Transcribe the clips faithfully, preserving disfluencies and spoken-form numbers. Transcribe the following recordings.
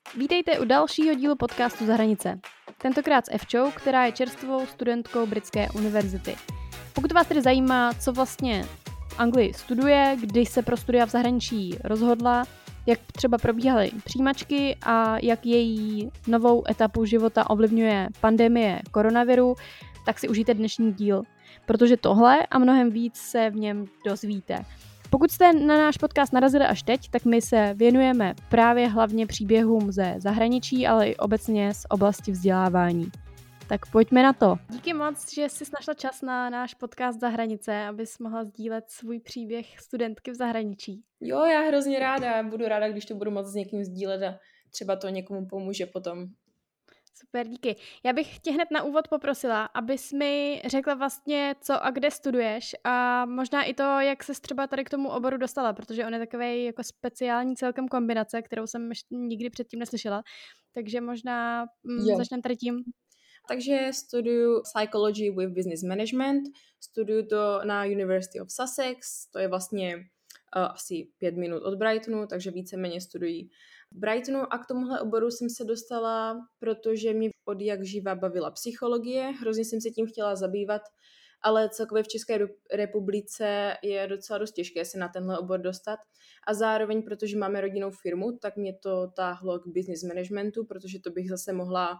Vítejte u dalšího dílu podcastu Za hranice. Tentokrát s Evčou, která je čerstvou studentkou Britské univerzity. Pokud vás tedy zajímá, co vlastně v Anglii studuje, když se pro studia v zahraničí rozhodla, jak třeba probíhaly přijímačky a jak její novou etapu života ovlivňuje pandemie koronaviru, tak si užijte dnešní díl, protože tohle a mnohem víc se v něm dozvíte. Pokud jste na náš podcast narazili až teď, tak my se věnujeme právě hlavně příběhům ze zahraničí, ale i obecně z oblasti vzdělávání. Tak pojďme na to. Díky moc, že jsi našla čas na náš podcast Za hranice, abys mohla sdílet svůj příběh studentky v zahraničí. Jo, já hrozně ráda. Budu ráda, když to budu moct s někým sdílet a třeba to někomu pomůže potom. Super, díky. Já bych tě hned na úvod poprosila, abys mi řekla vlastně, co a kde studuješ a možná i to, jak ses třeba tady k tomu oboru dostala, protože on je takovej jako speciální celkem kombinace, kterou jsem ještě nikdy předtím neslyšela. Takže možná mm, začneme tady tím. Takže studuju Psychology with Business Management, studuju to na University of Sussex, to je vlastně uh, asi pět minut od Brightonu, takže víceméně studuji v Brightonu a k tomuhle oboru jsem se dostala, protože mě od jak živa bavila psychologie, hrozně jsem se tím chtěla zabývat, ale celkově v České republice je docela dost těžké se na tenhle obor dostat a zároveň, protože máme rodinnou firmu, tak mě to táhlo k business managementu, protože to bych zase mohla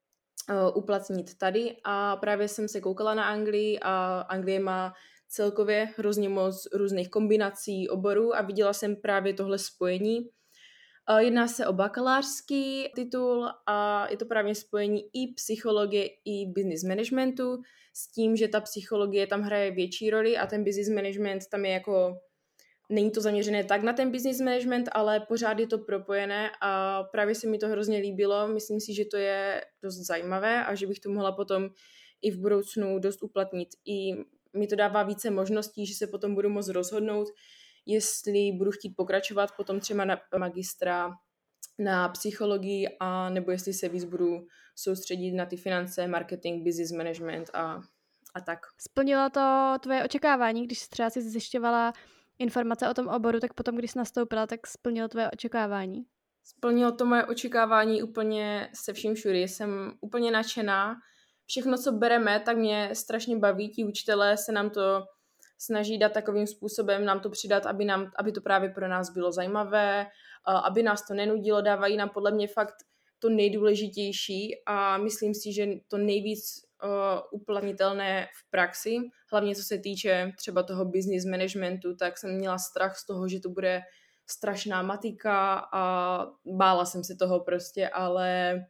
uplatnit tady a právě jsem se koukala na Anglii a Anglie má celkově hrozně moc různých kombinací oborů a viděla jsem právě tohle spojení. Jedná se o bakalářský titul a je to právě spojení i psychologie, i business managementu s tím, že ta psychologie tam hraje větší roli a ten business management tam je jako není to zaměřené tak na ten business management, ale pořád je to propojené a právě se mi to hrozně líbilo. Myslím si, že to je dost zajímavé a že bych to mohla potom i v budoucnu dost uplatnit. I mi to dává více možností, že se potom budu moct rozhodnout, jestli budu chtít pokračovat potom třeba na magistra na psychologii a nebo jestli se víc budu soustředit na ty finance, marketing, business management a, a tak. Splnilo to tvoje očekávání, když třeba si zjišťovala informace o tom oboru, tak potom, když jsi nastoupila, tak splnilo tvoje očekávání? Splnilo to moje očekávání úplně se vším všudy. Jsem úplně nadšená. Všechno, co bereme, tak mě strašně baví. Ti učitelé se nám to snaží dát takovým způsobem, nám to přidat, aby, nám, aby to právě pro nás bylo zajímavé, aby nás to nenudilo. Dávají nám podle mě fakt to nejdůležitější a myslím si, že to nejvíc uh, uplatnitelné v praxi, hlavně co se týče třeba toho business managementu, tak jsem měla strach z toho, že to bude strašná matika a bála jsem se toho prostě, ale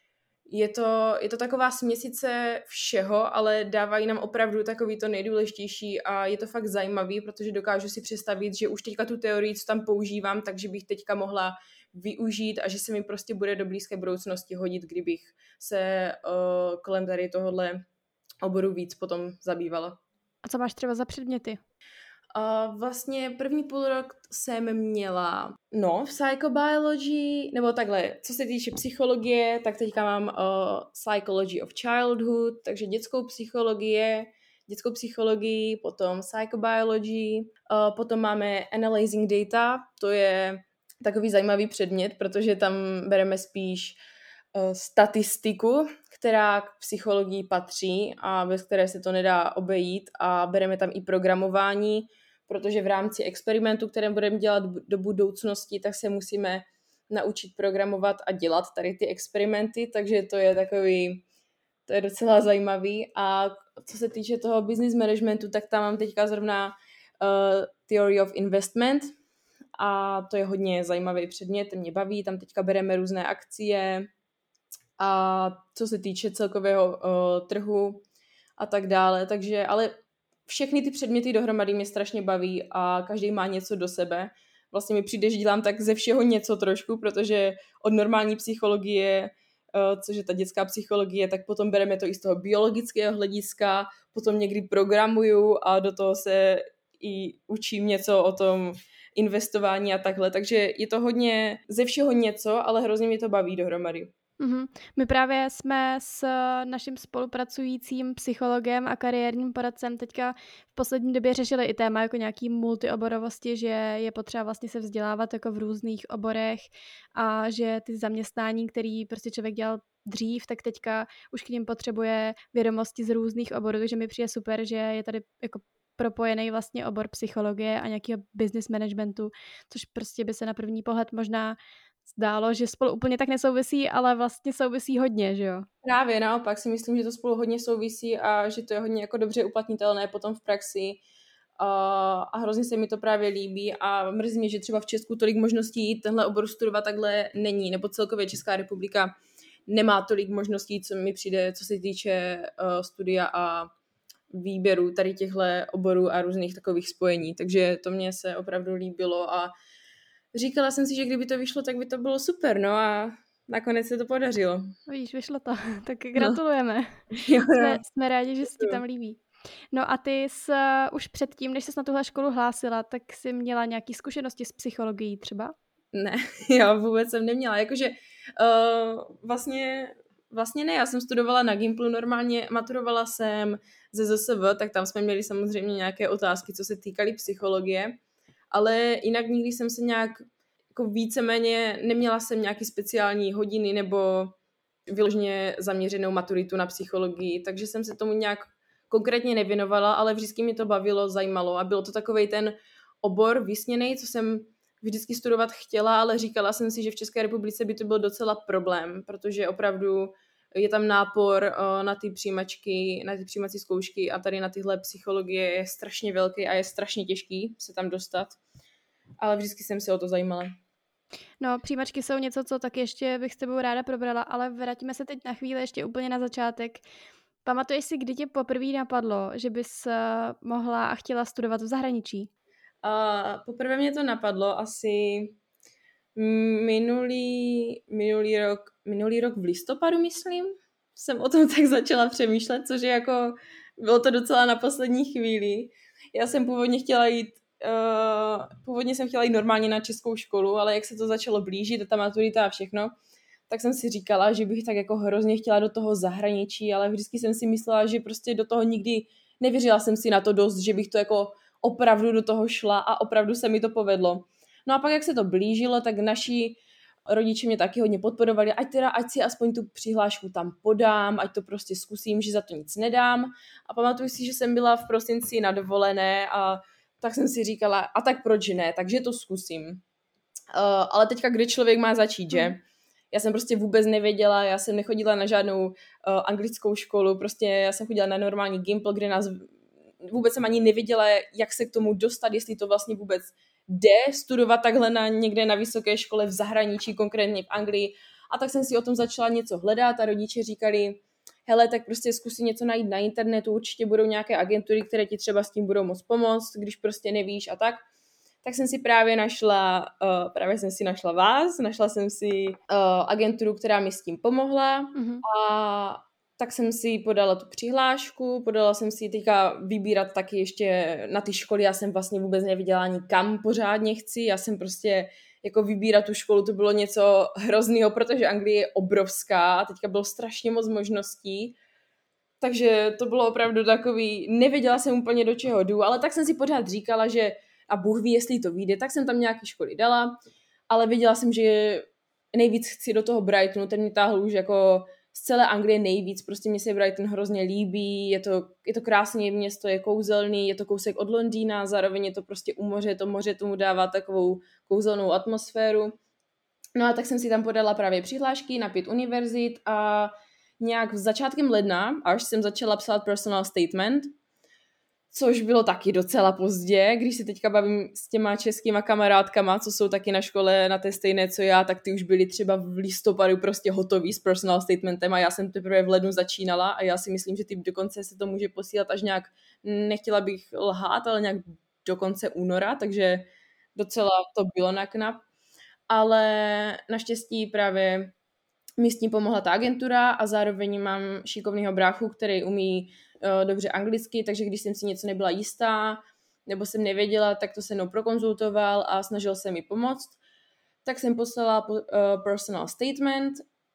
je to, je to taková směsice všeho, ale dávají nám opravdu takový to nejdůležitější a je to fakt zajímavý, protože dokážu si představit, že už teďka tu teorii, co tam používám, takže bych teďka mohla využít a že se mi prostě bude do blízké budoucnosti hodit, kdybych se uh, kolem tady tohohle oboru víc potom zabývala. A co máš třeba za předměty? Uh, vlastně první půl rok jsem měla no, psychobiology, nebo takhle, co se týče psychologie, tak teďka mám uh, psychology of childhood, takže dětskou psychologie, dětskou psychologii, potom psychobiology, uh, potom máme analyzing data, to je takový zajímavý předmět, protože tam bereme spíš uh, statistiku, která k psychologii patří a bez které se to nedá obejít a bereme tam i programování, protože v rámci experimentu, které budeme dělat do budoucnosti, tak se musíme naučit programovat a dělat tady ty experimenty, takže to je takový, to je docela zajímavý. A co se týče toho business managementu, tak tam mám teďka zrovna uh, Theory of Investment a to je hodně zajímavý předmět, mě baví, tam teďka bereme různé akcie a co se týče celkového uh, trhu a tak dále, takže ale všechny ty předměty dohromady mě strašně baví a každý má něco do sebe. Vlastně mi přijde, že dělám tak ze všeho něco trošku, protože od normální psychologie, což je ta dětská psychologie, tak potom bereme to i z toho biologického hlediska, potom někdy programuju a do toho se i učím něco o tom investování a takhle. Takže je to hodně ze všeho něco, ale hrozně mě to baví dohromady. Mm-hmm. My právě jsme s naším spolupracujícím psychologem a kariérním poradcem teďka v poslední době řešili i téma jako nějaký multioborovosti, že je potřeba vlastně se vzdělávat jako v různých oborech a že ty zaměstnání, který prostě člověk dělal dřív, tak teďka už k nim potřebuje vědomosti z různých oborů, takže mi přijde super, že je tady jako propojený vlastně obor psychologie a nějakého business managementu, což prostě by se na první pohled možná zdálo, že spolu úplně tak nesouvisí, ale vlastně souvisí hodně, že jo? Právě naopak si myslím, že to spolu hodně souvisí a že to je hodně jako dobře uplatnitelné potom v praxi a, a hrozně se mi to právě líbí a mrzí mě, že třeba v Česku tolik možností tenhle obor studovat takhle není, nebo celkově Česká republika nemá tolik možností, co mi přijde, co se týče uh, studia a výběru tady těchto oborů a různých takových spojení, takže to mě se opravdu líbilo a říkala jsem si, že kdyby to vyšlo, tak by to bylo super, no a nakonec se to podařilo. Víš, vyšlo to, tak gratulujeme. No. Jo, jo. Jsme, jsme rádi, že se ti tam líbí. No a ty jsi už předtím, než jsi na tuhle školu hlásila, tak jsi měla nějaké zkušenosti s psychologií třeba? Ne, já vůbec jsem neměla, jakože uh, vlastně, vlastně ne, já jsem studovala na Gimplu normálně, maturovala jsem ze Z S V, tak tam jsme měli samozřejmě nějaké otázky, co se týkaly psychologie, ale jinak nikdy jsem se nějak jako víceméně, neměla jsem nějaký speciální hodiny nebo vyloženě zaměřenou maturitu na psychologii, takže jsem se tomu nějak konkrétně nevěnovala, ale vždycky mi to bavilo, zajímalo a byl to takovej ten obor vysněnej, co jsem vždycky studovat chtěla, ale říkala jsem si, že v České republice by to byl docela problém, protože opravdu je tam nápor uh, na ty přijímačky, na ty přijímací zkoušky a tady na tyhle psychologie je strašně velký a je strašně těžký se tam dostat. Ale vždycky jsem se o to zajímala. No, přijímačky jsou něco, co tak ještě bych s tebou ráda probrala, ale vrátíme se teď na chvíli ještě úplně na začátek. Pamatuješ si, kdy tě poprvé napadlo, že bys uh, mohla a chtěla studovat v zahraničí? Uh, poprvé mě to napadlo asi minulý, minulý rok, minulý rok v listopadu, myslím, jsem o tom tak začala přemýšlet, což je jako, bylo to docela na poslední chvíli. Já jsem původně chtěla jít, uh, původně jsem chtěla jít normálně na českou školu, ale jak se to začalo blížit, ta maturita a všechno, tak jsem si říkala, že bych tak jako hrozně chtěla do toho zahraničí, ale vždycky jsem si myslela, že prostě do toho nikdy nevěřila jsem si na to dost, že bych to jako opravdu do toho šla a opravdu se mi to povedlo. No a pak, jak se to blížilo, tak naši rodiče mě taky hodně podporovali, ať teda, ať si aspoň tu přihlášku tam podám, ať to prostě zkusím, že za to nic nedám. A pamatuju si, že jsem byla v prosinci na dovolené a tak jsem si říkala, a tak proč ne, takže to zkusím. Uh, ale teďka, kde člověk má začít, že? Já jsem prostě vůbec nevěděla, já jsem nechodila na žádnou uh, anglickou školu, prostě já jsem chodila na normální Gimple, kde nás vůbec jsem ani nevěděla, jak se k tomu dostat, jestli to vlastně vůbec jde studovat takhle na, někde na vysoké škole v zahraničí, konkrétně v Anglii. A tak jsem si o tom začala něco hledat a rodiče říkali, hele, tak prostě zkusí něco najít na internetu, určitě budou nějaké agentury, které ti třeba s tím budou moc pomoct, když prostě nevíš a tak. Tak jsem si právě našla, uh, právě jsem si našla vás, našla jsem si uh, agenturu, která mi s tím pomohla mm-hmm. a tak jsem si podala tu přihlášku, podala jsem si teďka vybírat taky ještě na ty školy, já jsem vlastně vůbec nevěděla ani kam pořádně chci, já jsem prostě jako vybírat tu školu, to bylo něco hroznýho, protože Anglie je obrovská, teďka bylo strašně moc možností, takže to bylo opravdu takový, nevěděla jsem úplně do čeho jdu, ale tak jsem si pořád říkala, že a Bůh ví, jestli to vyjde, tak jsem tam nějaké školy dala, ale věděla jsem, že nejvíc chci do toho Brightonu, ten mě táhl už jako z celé Anglie nejvíc, prostě mě se Brighton hrozně líbí, je to, je to krásné město, je kouzelný, je to kousek od Londýna, zároveň je to prostě u moře, to moře tomu dává takovou kouzelnou atmosféru. No a tak jsem si tam podala právě přihlášky na pět univerzit a nějak v začátkem ledna, až jsem začala psát personal statement, což bylo taky docela pozdě, když se teďka bavím s těma českýma kamarádkama, co jsou taky na škole na té stejné, co já, tak ty už byli třeba v listopadu prostě hotoví s personal statementem a já jsem teprve v lednu začínala a já si myslím, že ty dokonce se to může posílat až nějak, nechtěla bych lhát, ale nějak do konce února, takže docela to bylo na knap. Ale naštěstí právě mi s tím pomohla ta agentura a zároveň mám šikovného bráchu, který umí uh, dobře anglicky, takže když jsem si něco nebyla jistá nebo jsem nevěděla, tak to se mnou prokonzultoval a snažil se mi pomoct. Tak jsem poslala uh, personal statement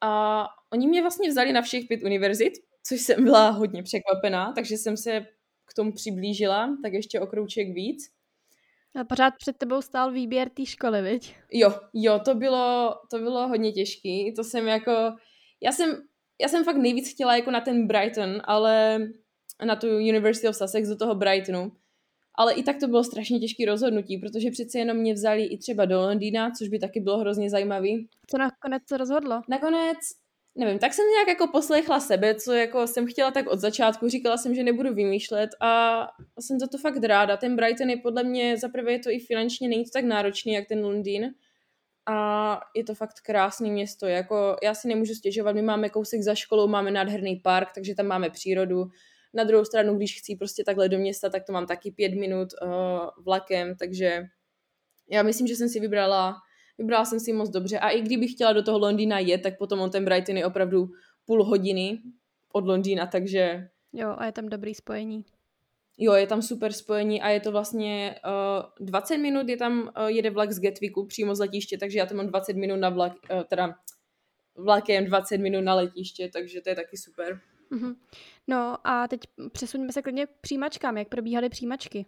a oni mě vlastně vzali na všech pět univerzit, což jsem byla hodně překvapená, takže jsem se k tomu přiblížila, tak ještě o krouček víc. A pořád před tebou stál výběr té školy, viď? Jo, jo, to bylo, to bylo hodně těžký, to jsem jako, já jsem, já jsem fakt nejvíc chtěla jako na ten Brighton, ale na tu University of Sussex, do toho Brightonu, ale i tak to bylo strašně těžké rozhodnutí, protože přece jenom mě vzali i třeba do Londýna, což by taky bylo hrozně zajímavý. Co nakonec se rozhodlo? Nakonec, nevím, tak jsem nějak jako poslechla sebe, co jako jsem chtěla tak od začátku, říkala jsem, že nebudu vymýšlet a jsem za to fakt ráda. Ten Brighton je podle mě, zaprvé je to i finančně, není to tak náročný, jak ten Londýn a je to fakt krásné město, jako já si nemůžu stěžovat, my máme kousek za školou, máme nádherný park, takže tam máme přírodu. Na druhou stranu, když chci prostě takhle do města, tak to mám taky pět minut uh, vlakem, takže já myslím, že jsem si vybrala, vybrala jsem si moc dobře. A i kdybych chtěla do toho Londýna jet, tak potom on ten Brighton je opravdu půl hodiny od Londýna, takže... Jo, a je tam dobrý spojení. Jo, je tam super spojení a je to vlastně uh, dvacet minut, je tam, uh, jede vlak z Gatwicku přímo z letiště, takže já tam mám dvacet minut na vlak, uh, teda vlakem dvacet minut na letiště, takže to je taky super. Mhm. No a teď přesuňme se klidně k přijímačkám. Jak probíhaly přijímačky?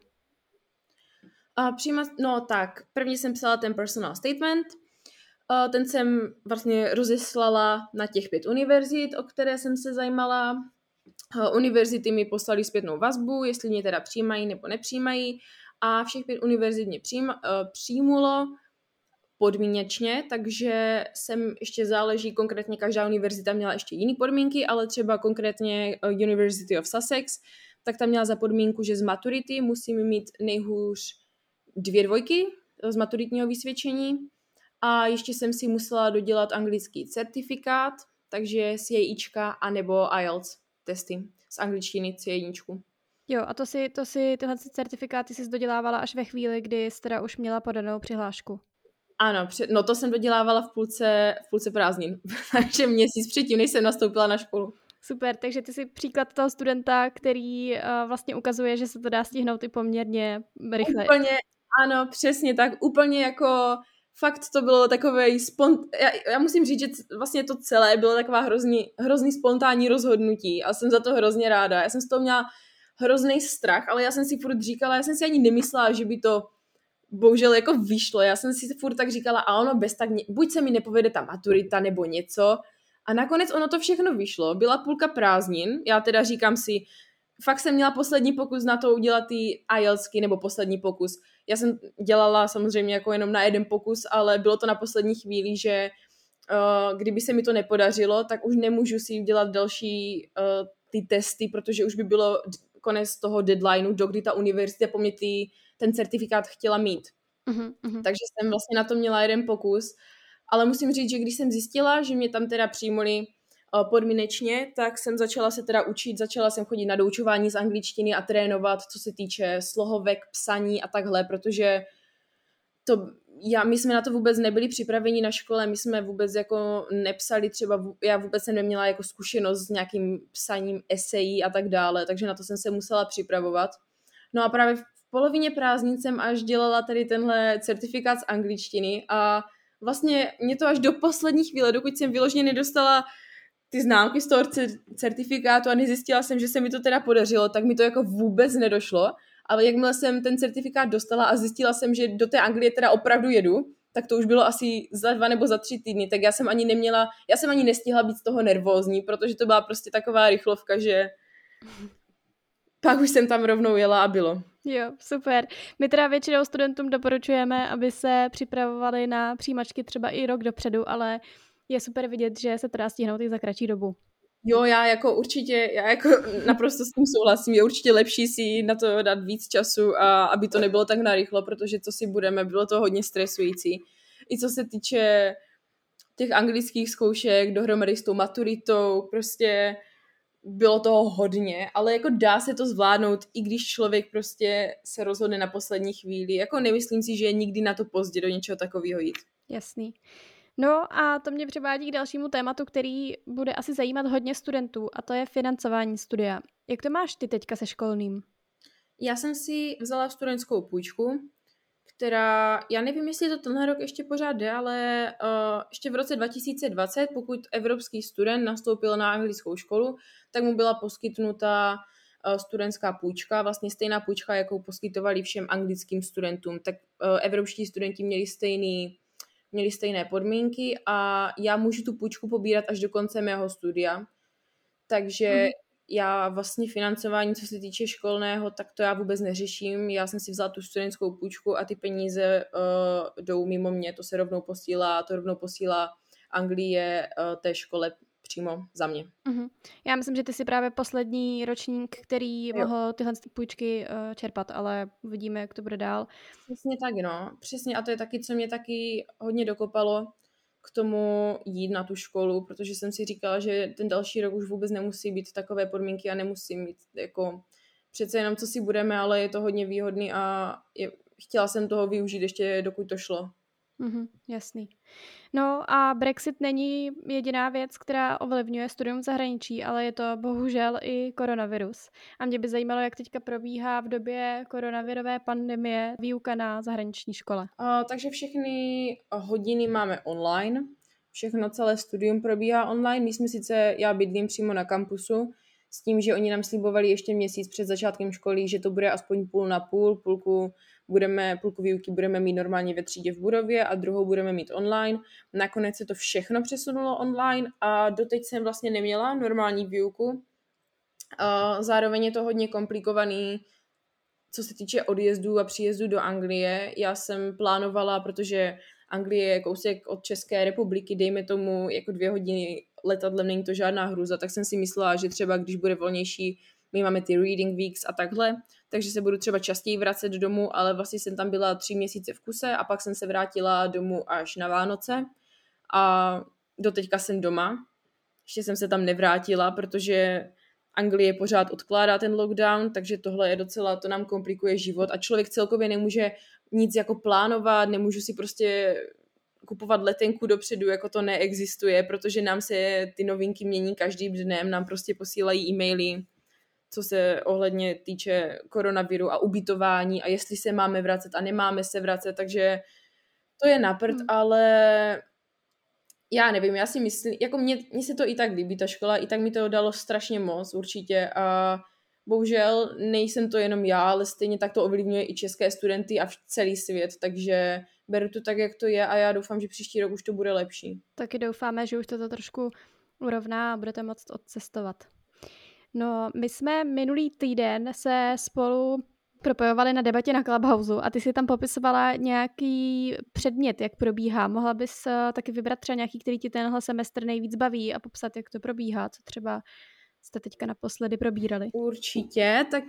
A přímo, no tak, prvně jsem psala ten personal statement, uh, ten jsem vlastně rozeslala na těch pět univerzit, o které jsem se zajímala. Uh, univerzity mi poslali zpětnou vazbu, jestli mě teda přijímají nebo nepřijímají a všech pět univerzit mě přijím, uh, přijmulo podmínečně, takže jsem ještě záleží, konkrétně každá univerzita měla ještě jiné podmínky, ale třeba konkrétně University of Sussex, tak tam měla za podmínku, že z maturity musím mít nejhůř dvě dvojky z maturitního vysvědčení a ještě jsem si musela dodělat anglický certifikát, takže C A ička anebo I E L T S testy z angličtiny C A jedničku. Jo, a to si, to si tyhle certifikáty jsi dodělávala až ve chvíli, kdy jsi teda už měla podanou přihlášku. Ano, před, no to jsem dodělávala v půlce, v půlce prázdnin, takže měsíc předtím, než jsem nastoupila na školu. Super, takže ty jsi příklad toho studenta, který uh, vlastně ukazuje, že se to dá stihnout i poměrně rychle. Úplně, ano, přesně tak, úplně jako fakt to bylo takové spont... Já, já musím říct, že vlastně to celé bylo taková hrozný, hrozný spontánní rozhodnutí a jsem za to hrozně ráda. Já jsem z toho měla hrozný strach, ale já jsem si furt říkala, já jsem si ani nemyslela, že by to bohužel jako vyšlo. Já jsem si furt tak říkala, a ono bez tak, buď se mi nepovede ta maturita nebo něco. A nakonec ono to všechno vyšlo. Byla půlka prázdnin, já teda říkám si, fakt jsem měla poslední pokus na to udělat ty IELTSky, nebo poslední pokus. Já jsem dělala samozřejmě jako jenom na jeden pokus, ale bylo to na poslední chvíli, že uh, kdyby se mi to nepodařilo, tak už nemůžu si udělat další uh, ty testy, protože už by bylo konec toho deadlineu, dokdy ta univerzita po mě ty, ten certifikát chtěla mít. Uh-huh, uh-huh. Takže jsem vlastně na to měla jeden pokus, ale musím říct, že když jsem zjistila, že mě tam teda přijmuli uh, podmínečně, tak jsem začala se teda učit, začala jsem chodit na doučování z angličtiny a trénovat, co se týče slohovek, psaní a takhle, protože to, já, my jsme na to vůbec nebyli připraveni na škole, my jsme vůbec jako nepsali třeba, já vůbec jsem neměla jako zkušenost s nějakým psaním esejí a tak dále, takže na to jsem se musela připravovat. No a právě v polovině prázdnin jsem až dělala tady tenhle certifikát z angličtiny a vlastně mě to až do poslední chvíle, dokud jsem vyloženě nedostala ty známky z toho certifikátu a nezjistila jsem, že se mi to teda podařilo, tak mi to jako vůbec nedošlo. Ale jakmile jsem ten certifikát dostala a zjistila jsem, že do té Anglie teda opravdu jedu, tak to už bylo asi za dva nebo za tři týdny, tak já jsem ani neměla, já jsem ani nestihla být z toho nervózní, protože to byla prostě taková rychlovka, že pak už jsem tam rovnou jela a bylo. Jo, super. My teda většinou studentům doporučujeme, aby se připravovali na přijímačky třeba i rok dopředu, ale je super vidět, že se to dá stihnout i za kratší dobu. Jo, já jako určitě, já jako naprosto s tím souhlasím, je určitě lepší si na to dát víc času a aby to nebylo tak narychlo, protože co si budeme, bylo to hodně stresující. I co se týče těch anglických zkoušek dohromady s tou maturitou, prostě bylo toho hodně, ale jako dá se to zvládnout, i když člověk prostě se rozhodne na poslední chvíli. Jako nemyslím si, že je nikdy na to pozdě do něčeho takového jít. Jasný. No a to mě přivádí k dalšímu tématu, který bude asi zajímat hodně studentů, a to je financování studia. Jak to máš ty teďka se školným? Já jsem si vzala studentskou půjčku, která, já nevím, jestli to tenhle rok ještě pořád jde, ale uh, ještě v roce dva tisíce dvacet, pokud evropský student nastoupil na anglickou školu, tak mu byla poskytnuta uh, studentská půjčka, vlastně stejná půjčka, jakou poskytovali všem anglickým studentům. Tak uh, evropští studenti měli stejný, měli stejné podmínky a já můžu tu půjčku pobírat až do konce mého studia. Takže mm-hmm. já vlastně financování, co se týče školného, tak to já vůbec neřeším. Já jsem si vzala tu studentskou půjčku a ty peníze uh, jdou mimo mě, to se rovnou posílá, to rovnou posílá Anglie uh, té škole přímo za mě. Uh-huh. Já myslím, že ty jsi právě poslední ročník, který jo. mohl tyhle půjčky uh, čerpat, ale uvidíme, jak to bude dál. Přesně tak, no. Přesně a to je taky, co mě taky hodně dokopalo k tomu jít na tu školu, protože jsem si říkala, že ten další rok už vůbec nemusí být takové podmínky a nemusím mít jako přece jenom co si budeme, ale je to hodně výhodný a je, chtěla jsem toho využít ještě dokud to šlo. Mm-hmm, jasný. No a Brexit není jediná věc, která ovlivňuje studium v zahraničí, ale je to bohužel i koronavirus. A mě by zajímalo, jak teďka probíhá v době koronavirové pandemie výuka na zahraniční škole. A, takže všechny hodiny máme online, všechno celé studium probíhá online. My jsme sice, já bydlím přímo na kampusu, s tím, že oni nám slibovali ještě měsíc před začátkem školy, že to bude aspoň půl na půl, půlku budeme, půlku výuky budeme mít normálně ve třídě v budově a druhou budeme mít online. Nakonec se to všechno přesunulo online a doteď jsem vlastně neměla normální výuku. A zároveň je to hodně komplikovaný, co se týče odjezdů a příjezdů do Anglie. Já jsem plánovala, protože Anglie je kousek od České republiky, dejme tomu jako dvě hodiny letadlem, není to žádná hruza, tak jsem si myslela, že třeba když bude volnější, my máme ty reading weeks a takhle, takže se budu třeba častěji vracet domů, ale vlastně jsem tam byla tři měsíce v kuse a pak jsem se vrátila domů až na Vánoce a doteďka jsem doma. Ještě jsem se tam nevrátila, protože Anglie pořád odkládá ten lockdown, takže tohle je docela, to nám komplikuje život a člověk celkově nemůže nic jako plánovat, nemůžu si prostě kupovat letenku dopředu, jako to neexistuje, protože nám se ty novinky mění každým dnem, nám prostě posílají e-maily, co se ohledně týče koronaviru a ubytování a jestli se máme vracet a nemáme se vracet, takže to je na prd, hmm. ale já nevím, já si myslím, jako mně, mně se to i tak líbí, ta škola, i tak mi to dalo strašně moc určitě a bohužel nejsem to jenom já, ale stejně tak to ovlivňuje i české studenty a celý svět, takže beru to tak, jak to je a já doufám, že příští rok už to bude lepší. Taky doufáme, že už to, to trošku urovná a budete moct odcestovat. No, my jsme minulý týden se spolu propojovali na debatě na Clubhouse a ty si tam popisovala nějaký předmět, jak probíhá. Mohla bys taky vybrat třeba nějaký, který ti tenhle semestr nejvíc baví a popsat, jak to probíhá, co třeba jste teďka naposledy probírali? Určitě, tak,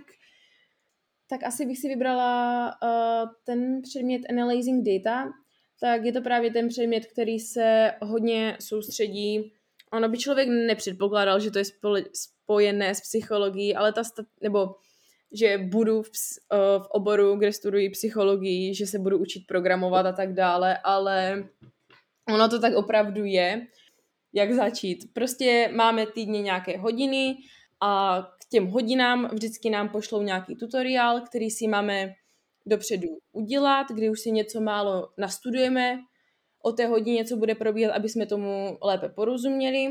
tak asi bych si vybrala uh, ten předmět Analyzing Data, tak je to právě ten předmět, který se hodně soustředí. Ono by člověk nepředpokládal, že to je spojené s psychologií, ale ta, nebo že budu v, v oboru, kde studuji psychologii, že se budu učit programovat a tak dále, ale ono to tak opravdu je. Jak začít? Prostě máme týdně nějaké hodiny a k těm hodinám vždycky nám pošlou nějaký tutoriál, který si máme dopředu udělat, kdy už si něco málo nastudujeme o té hodině, co bude probíhat, aby jsme tomu lépe porozuměli.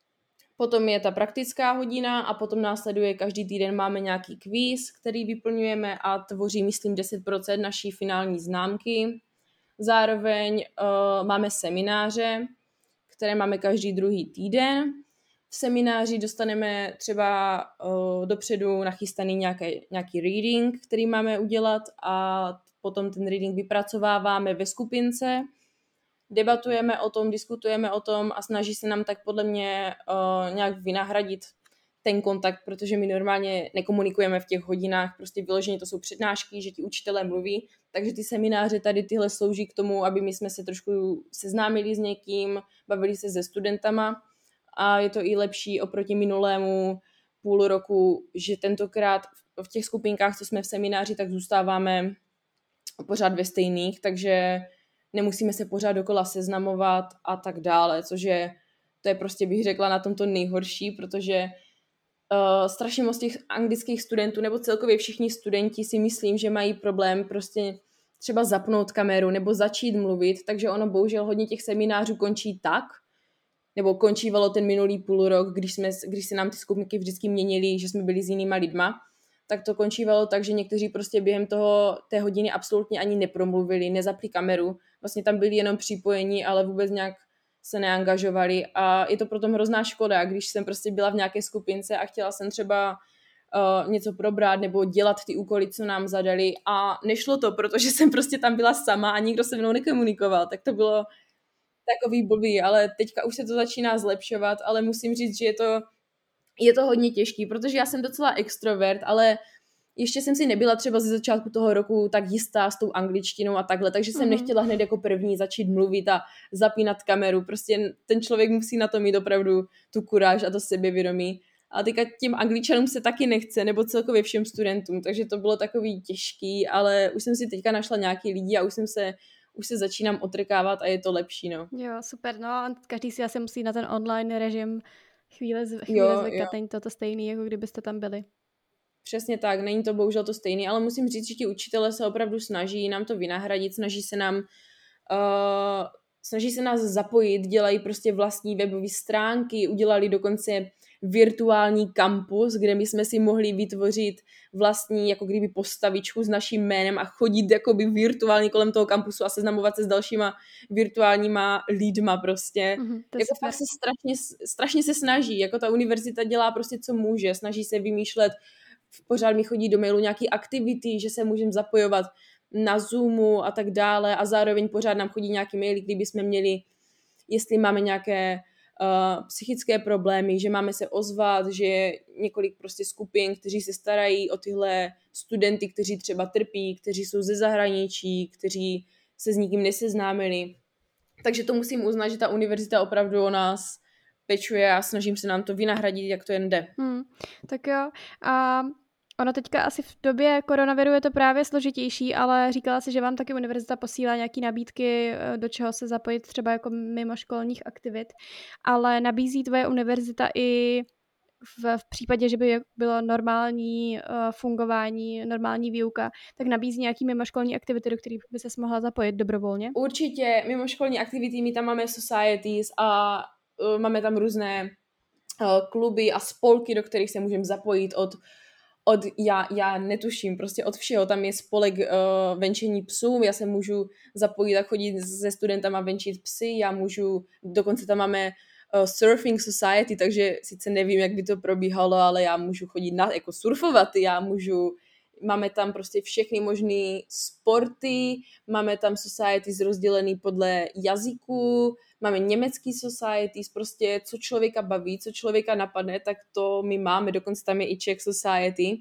Potom je ta praktická hodina a potom následuje každý týden máme nějaký kvíz, který vyplňujeme a tvoří, myslím, deset procent naší finální známky. Zároveň uh, máme semináře, které máme každý druhý týden. V semináři dostaneme třeba uh, dopředu nachystaný nějaké, nějaký reading, který máme udělat a potom ten reading vypracováváme ve skupince. Debatujeme o tom, diskutujeme o tom a snaží se nám tak podle mě uh, nějak vynahradit ten kontakt, protože my normálně nekomunikujeme v těch hodinách, prostě vyloženě to jsou přednášky, že ti učitelé mluví, takže ty semináře tady tyhle slouží k tomu, aby my jsme se trošku seznámili s někým, bavili se se studentama a je to i lepší oproti minulému půl roku, že tentokrát v těch skupinkách, co jsme v semináři, tak zůstáváme pořád ve stejných, takže nemusíme se pořád dokola seznamovat a tak dále, což je, to je prostě bych řekla na tomto nejhorší, protože uh, strašně moc těch anglických studentů, nebo celkově všichni studenti si myslím, že mají problém prostě třeba zapnout kameru nebo začít mluvit, takže ono bohužel hodně těch seminářů končí tak, nebo končívalo ten minulý půl rok, když, jsme, když se nám ty skupinky vždycky měnily, že jsme byli s jinýma lidma, tak to končívalo tak, že někteří prostě během toho, té hodiny absolutně ani nepromluvili, nezapli kameru, vlastně tam byli jenom připojení, ale vůbec nějak se neangažovali a je to potom hrozná škoda, když jsem prostě byla v nějaké skupince a chtěla jsem třeba uh, něco probrat nebo dělat ty úkoly, co nám zadali a nešlo to, protože jsem prostě tam byla sama a nikdo se mnou nekomunikoval, tak to bylo takový blbý, ale teďka už se to začíná zlepšovat, ale musím říct, že je to, je to hodně těžký, protože já jsem docela extrovert, ale ještě jsem si nebyla třeba ze začátku toho roku tak jistá s tou angličtinou a takhle, takže jsem mm-hmm. nechtěla hned jako první začít mluvit a zapínat kameru. Prostě ten člověk musí na to mít opravdu tu kuráž a to sebevědomí. A teďka těm Angličanům se taky nechce, nebo celkově všem studentům, takže to bylo takový těžký, ale už jsem si teďka našla nějaký lidi a už jsem se už se začínám otrkávat a je to lepší, no. Jo, super, no a každý si asi musí na ten online režim chvíle, chvíle jo, zvykat, není to to stejný, jako kdybyste tam byli. Přesně tak, není to bohužel to stejný, ale musím říct, že ti učitelé se opravdu snaží nám to vynahradit, snaží se nám uh, snaží se nás zapojit, dělají prostě vlastní webové stránky, udělali dokonce virtuální kampus, kde my jsme si mohli vytvořit vlastní jako kdyby postavičku s naším jménem a chodit jakoby virtuálně kolem toho kampusu a seznamovat se s dalšíma virtuálníma lidma prostě. Mm-hmm, jako fakt se strašně, strašně se snaží, jako ta univerzita dělá prostě co může, snaží se vymýšlet, pořád mi chodí do mailu nějaký aktivity, že se můžeme zapojovat na Zoomu a tak dále a zároveň pořád nám chodí nějaký maily, kdyby jsme měli, jestli máme nějaké uh, psychické problémy, že máme se ozvat, že je několik prostě skupin, kteří se starají o tyhle studenty, kteří třeba trpí, kteří jsou ze zahraničí, kteří se s nikým neseznámili. Takže to musím uznat, že ta univerzita opravdu o nás pečuje a snažím se nám to vynahradit, jak to jen jde. Hmm, tak jo. A ono teďka asi v době koronaviru je to právě složitější, ale říkala si, že vám taky univerzita posílá nějaké nabídky, do čeho se zapojit třeba jako mimoškolních aktivit, ale nabízí tvoje univerzita i v, v případě, že by bylo normální uh, fungování, normální výuka, tak nabízí nějaký mimoškolní aktivity, do kterých by ses mohla zapojit dobrovolně? Určitě, mimoškolní aktivity, my tam máme societies a uh, máme tam různé uh, kluby a spolky, do kterých se můžeme zapojit od Od, já, já netuším, prostě od všeho, tam je spolek uh, venčení psů, já se můžu zapojit a chodit se studentama venčit psy, já můžu, dokonce tam máme uh, surfing society, takže sice nevím, jak by to probíhalo, ale já můžu chodit na, jako surfovat, já můžu, máme tam prostě všechny možné sporty, máme tam societies rozdělený podle jazyků, máme německý societies, prostě co člověka baví, co člověka napadne, tak to my máme, dokonce tam je i Czech society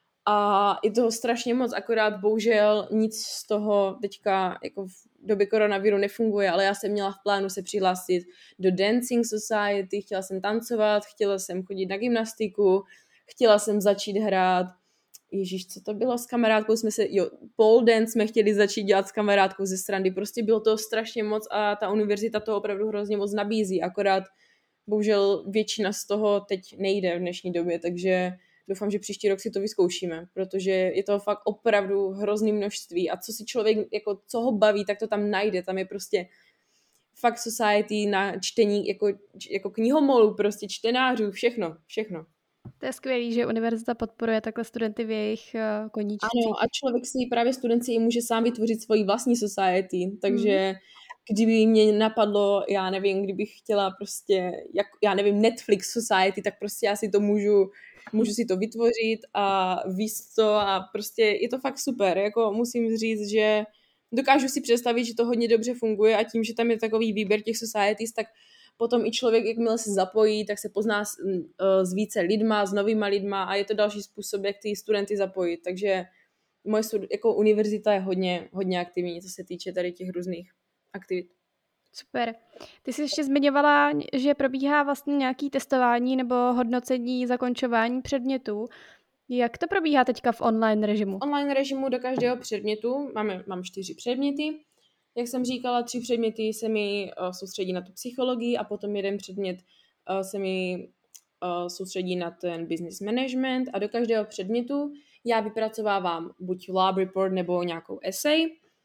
a je toho strašně moc, akorát bohužel nic z toho teďka jako v době koronaviru nefunguje, ale já jsem měla v plánu se přihlásit do dancing society, chtěla jsem tancovat, chtěla jsem chodit na gymnastiku, chtěla jsem začít hrát Ježíš, co to bylo s kamarádkou, jsme se, jo, pole dance jsme chtěli začít dělat s kamarádkou ze srandy, prostě bylo to strašně moc a ta univerzita to opravdu hrozně moc nabízí, akorát bohužel většina z toho teď nejde v dnešní době, takže doufám, že příští rok si to vyzkoušíme, protože je to fakt opravdu hrozný množství a co si člověk, jako co ho baví, tak to tam najde, tam je prostě fakt society na čtení, jako, jako knihomolů, prostě čtenářů, všechno, všechno. To je skvělý, že univerzita podporuje takhle studenty v jejich uh, koníčcích. Ano, a člověk si právě student si může sám vytvořit svoji vlastní society, takže mm. kdyby mě napadlo, já nevím, kdybych chtěla prostě, jak, já nevím, Netflix society, tak prostě já si to můžu, můžu si to vytvořit a víc to a prostě je to fakt super, jako musím říct, že dokážu si představit, že to hodně dobře funguje a tím, že tam je takový výběr těch societies, tak potom i člověk, jakmile se zapojí, tak se pozná s, s více lidma, s novýma lidma a je to další způsob, jak ty studenty zapojit. Takže moje stud- jako univerzita je hodně, hodně aktivní, co se týče tady těch různých aktivit. Super. Ty jsi ještě zmiňovala, že probíhá vlastně nějaké testování nebo hodnocení zakončování předmětů. Jak to probíhá teďka v online režimu? V online režimu do každého předmětu máme, mám čtyři předměty. Jak jsem říkala, tři předměty se mi uh, soustředí na tu psychologii a potom jeden předmět uh, se mi uh, soustředí na ten business management a do každého předmětu já vypracovávám buď lab report nebo nějakou essay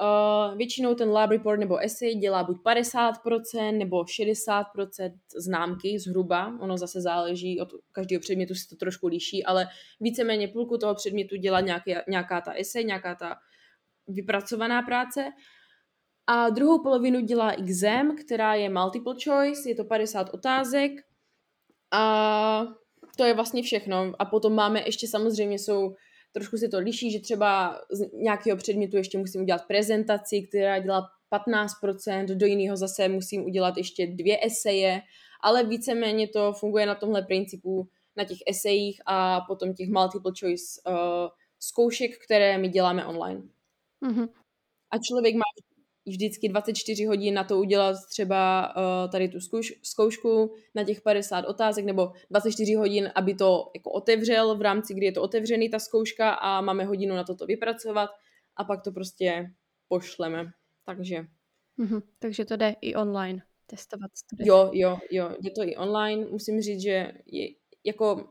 Uh, většinou ten lab report nebo essay dělá buď padesát procent nebo šedesát procent známky zhruba. Ono zase záleží, od každého předmětu se to trošku liší, ale víceméně půlku toho předmětu dělá nějaký, nějaká ta essay, nějaká ta vypracovaná práce. A druhou polovinu dělá exam, která je multiple choice, je to padesát otázek a to je vlastně všechno. A potom máme ještě samozřejmě jsou, trošku se to liší, že třeba z nějakého předmětu ještě musím udělat prezentaci, která dělá patnáct procent, do jiného zase musím udělat ještě dvě eseje, ale víceméně to funguje na tomhle principu, na těch esejích a potom těch multiple choice uh, zkoušek, které my děláme online. Mm-hmm. A člověk má vždycky dvacet čtyři hodin na to udělat třeba uh, tady tu zkouš- zkoušku na těch padesát otázek, nebo dvacet čtyři hodin, aby to jako otevřel v rámci, kdy je to otevřený ta zkouška a máme hodinu na to to vypracovat a pak to prostě pošleme. Takže. Mm-hmm. Takže to jde i online testovat studenty. Jo, jo, jo, jde to i online. Musím říct, že je, jako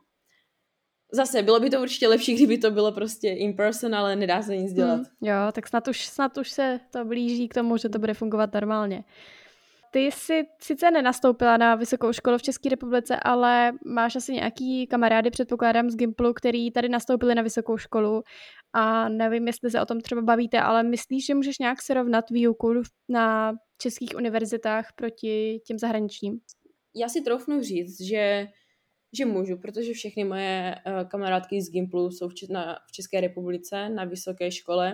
zase, bylo by to určitě lepší, kdyby to bylo prostě in person, ale nedá se nic dělat. Hmm, jo, tak snad už, snad už se to blíží k tomu, že to bude fungovat normálně. Ty jsi sice nenastoupila na vysokou školu v České republice, ale máš asi nějaký kamarády, předpokládám, z Gimplu, který tady nastoupili na vysokou školu a nevím, jestli se o tom třeba bavíte, ale myslíš, že můžeš nějak srovnat výuku na českých univerzitách proti těm zahraničním? Já si troufnu říct, že že můžu, protože všechny moje uh, kamarádky z Gimplu jsou v, Č- na, v České republice na vysoké škole.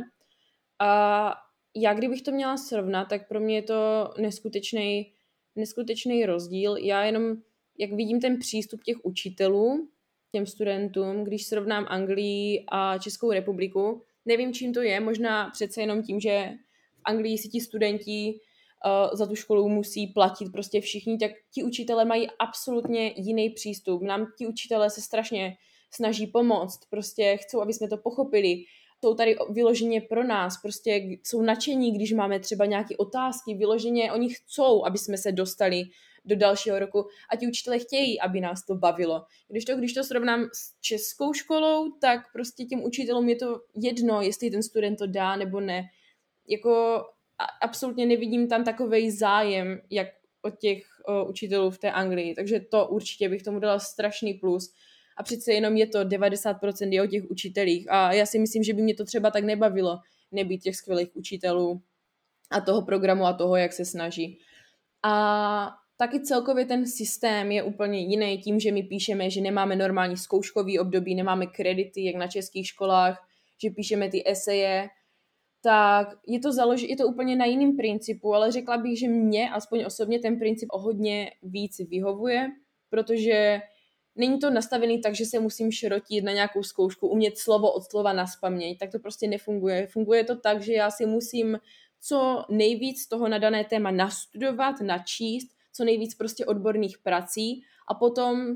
A já kdybych to měla srovnat, tak pro mě je to neskutečný, neskutečný rozdíl. Já jenom, jak vidím ten přístup těch učitelů, těm studentům, když srovnám Anglii a Českou republiku, nevím, čím to je, možná přece jenom tím, že v Anglii si ti studenti Uh, za tu školu musí platit prostě všichni, tak ti učitelé mají absolutně jiný přístup. Nám ti učitelé se strašně snaží pomoct, prostě chcou, aby jsme to pochopili. Jsou tady vyloženě pro nás, prostě jsou nadšení, když máme třeba nějaké otázky, vyloženě oni chcou, aby jsme se dostali do dalšího roku a ti učitelé chtějí, aby nás to bavilo. Když to, když to srovnám s českou školou, tak prostě těm učitelům je to jedno, jestli ten student to dá nebo ne. Jako absolutně nevidím tam takovej zájem, jak od těch uh, učitelů v té Anglii, takže to určitě bych tomu dala strašný plus. A přece jenom je to devadesát procent je o těch učitelích a já si myslím, že by mě to třeba tak nebavilo, nebýt těch skvělých učitelů a toho programu a toho, jak se snaží. A taky celkově ten systém je úplně jiný tím, že my píšeme, že nemáme normální zkouškový období, nemáme kredity, jak na českých školách, že píšeme ty eseje, tak je to, založ- je to úplně na jiném principu, ale řekla bych, že mě, aspoň osobně, ten princip o hodně víc vyhovuje, protože není to nastavený tak, že se musím šrotit na nějakou zkoušku, umět slovo od slova nazpaměť, tak to prostě nefunguje. Funguje to tak, že já si musím co nejvíc toho na dané téma nastudovat, načíst, co nejvíc prostě odborných prací a potom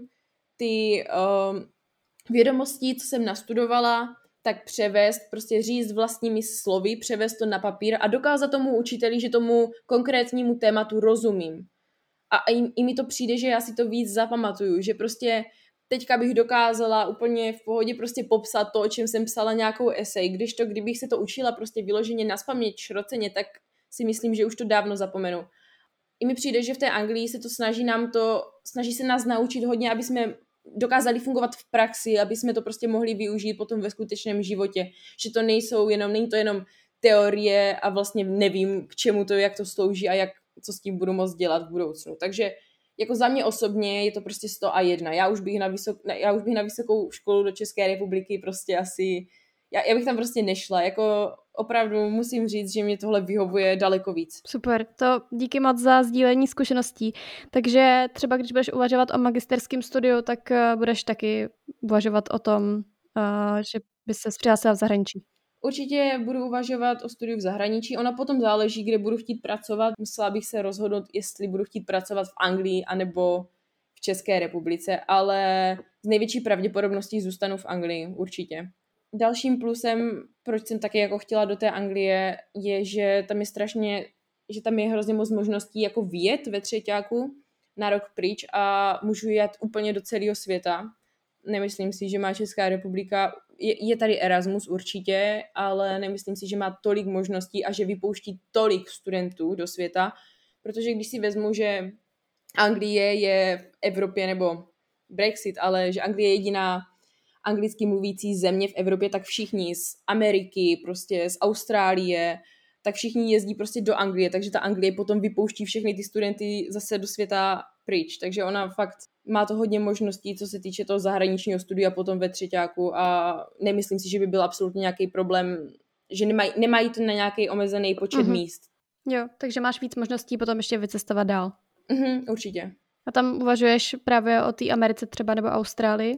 ty uh, vědomosti, co jsem nastudovala, tak převést, prostě říct vlastními slovy, převést to na papír a dokázat tomu učiteli, že tomu konkrétnímu tématu rozumím. A i, i mi to přijde, že já si to víc zapamatuju, že prostě teďka bych dokázala úplně v pohodě prostě popsat to, o čem jsem psala nějakou esej, když to, kdybych se to učila prostě vyloženě nazpaměť šroceně, tak si myslím, že už to dávno zapomenu. I mi přijde, že v té Anglii se to snaží nám to, snaží se nás naučit hodně, aby jsme dokázali fungovat v praxi, aby jsme to prostě mohli využít potom ve skutečném životě. Že to nejsou jenom, není to jenom teorie a vlastně nevím, k čemu to, jak to slouží a jak, co s tím budu moct dělat v budoucnu. Takže jako za mě osobně je to prostě sto a jedna. Já už bych na, vysok, já už bych na vysokou školu do České republiky prostě asi, já, já bych tam prostě nešla. Jako opravdu musím říct, že mě tohle vyhovuje daleko víc. Super, to díky moc za sdílení zkušeností. Takže třeba když budeš uvažovat o magisterském studiu, tak uh, budeš taky uvažovat o tom, uh, že bys se přihlásila v zahraničí. Určitě budu uvažovat o studiu v zahraničí. Ona potom záleží, kde budu chtít pracovat. Musela bych se rozhodnout, jestli budu chtít pracovat v Anglii anebo v České republice, ale z největší pravděpodobností zůstanu v Anglii, určitě. Dalším plusem, proč jsem taky jako chtěla do té Anglie, je, že tam je strašně, že tam je hrozně moc možností jako vyjet ve třeťáku na rok pryč a můžu jet úplně do celého světa. Nemyslím si, že má Česká republika je, je tady Erasmus určitě, ale nemyslím si, že má tolik možností a že vypouští tolik studentů do světa, protože když si vezmu, že Anglie je v Evropě, nebo Brexit, ale že Anglie je jediná anglicky mluvící země v Evropě, tak všichni z Ameriky, prostě z Austrálie, tak všichni jezdí prostě do Anglie, takže ta Anglie potom vypouští všechny ty studenty zase do světa pryč, takže ona fakt má to hodně možností, co se týče toho zahraničního studia potom ve třeťáku a nemyslím si, že by byl absolutně nějaký problém, že nemají, nemají to na nějaký omezený počet mm-hmm. míst. Jo, takže máš víc možností potom ještě vycestovat dál. Mhm, určitě. A tam uvažuješ právě o té Americe třeba nebo Austrálii?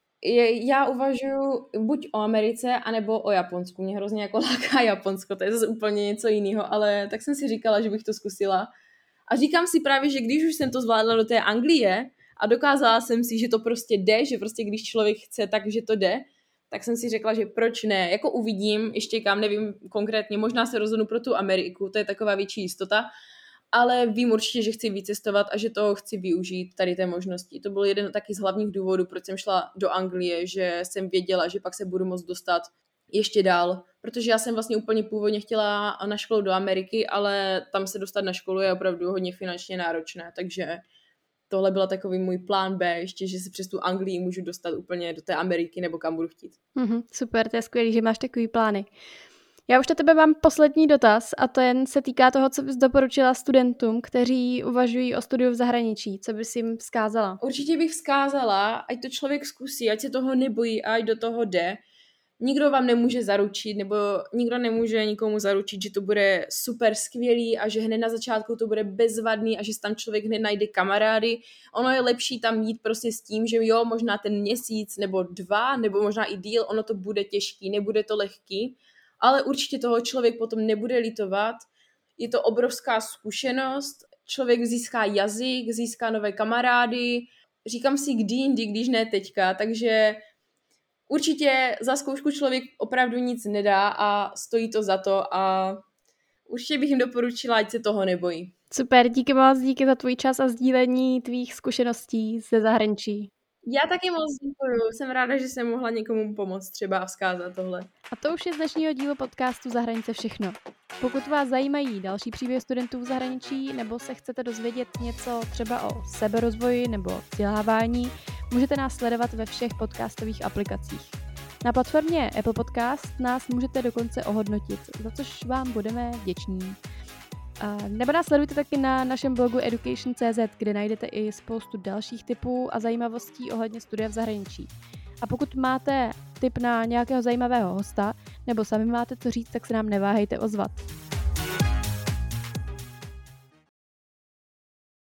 Je, já uvažuji buď o Americe, anebo o Japonsku. Mě hrozně jako láká Japonsko, to je zase úplně něco jiného, ale tak jsem si říkala, že bych to zkusila. A říkám si právě, že když už jsem to zvládla do té Anglie a dokázala jsem si, že to prostě jde, že prostě když člověk chce, tak že to jde, tak jsem si řekla, že proč ne. Jako uvidím, ještě kam, nevím konkrétně, možná se rozhodnu pro tu Ameriku, to je taková větší jistota, ale vím určitě, že chci vycestovat a že to chci využít tady té možnosti. To byl jeden taky z hlavních důvodů, proč jsem šla do Anglie, že jsem věděla, že pak se budu moct dostat ještě dál, protože já jsem vlastně úplně původně chtěla na školu do Ameriky, ale tam se dostat na školu je opravdu hodně finančně náročné, takže tohle byl takový můj plán B, ještě, že se přes tu Anglii můžu dostat úplně do té Ameriky nebo kam budu chtít. Mm-hmm, super, to je skvělý, že máš takový plány. Já už na tebe mám poslední dotaz a ten se týká toho, co bys doporučila studentům, kteří uvažují o studiu v zahraničí. Co bys jim vzkázala? Určitě bych vzkázala, ať to člověk zkusí, ať se toho nebojí a ať do toho jde. Nikdo vám nemůže zaručit, nebo nikdo nemůže nikomu zaručit, že to bude super skvělý a že hned na začátku to bude bezvadný a že tam člověk hned najde kamarády. Ono je lepší tam jít prostě s tím, že jo, možná ten měsíc nebo dva, nebo možná i díl, ono to bude těžký, nebude to lehký, ale určitě toho člověk potom nebude litovat. Je to obrovská zkušenost, člověk získá jazyk, získá nové kamarády. Říkám si kdy jindy, když ne teďka, takže určitě za zkoušku člověk opravdu nic nedá a stojí to za to a určitě bych jim doporučila, ať se toho nebojí. Super, díky moc, díky za tvůj čas a sdílení tvých zkušeností ze zahraničí. Já taky moc děkuju, jsem ráda, že jsem mohla někomu pomoct třeba a vzkázat tohle. A to už je z dnešního dílu podcastu Za hranice všechno. Pokud vás zajímají další příběhy studentů v zahraničí nebo se chcete dozvědět něco třeba o seberozvoji nebo vzdělávání, můžete nás sledovat ve všech podcastových aplikacích. Na platformě Apple Podcast nás můžete dokonce ohodnotit, za což vám budeme vděční. A nebo nás sledujte taky na našem blogu education tečka cé zet, kde najdete i spoustu dalších tipů a zajímavostí ohledně studia v zahraničí. A pokud máte tip na nějakého zajímavého hosta, nebo sami máte co říct, tak se nám neváhejte ozvat.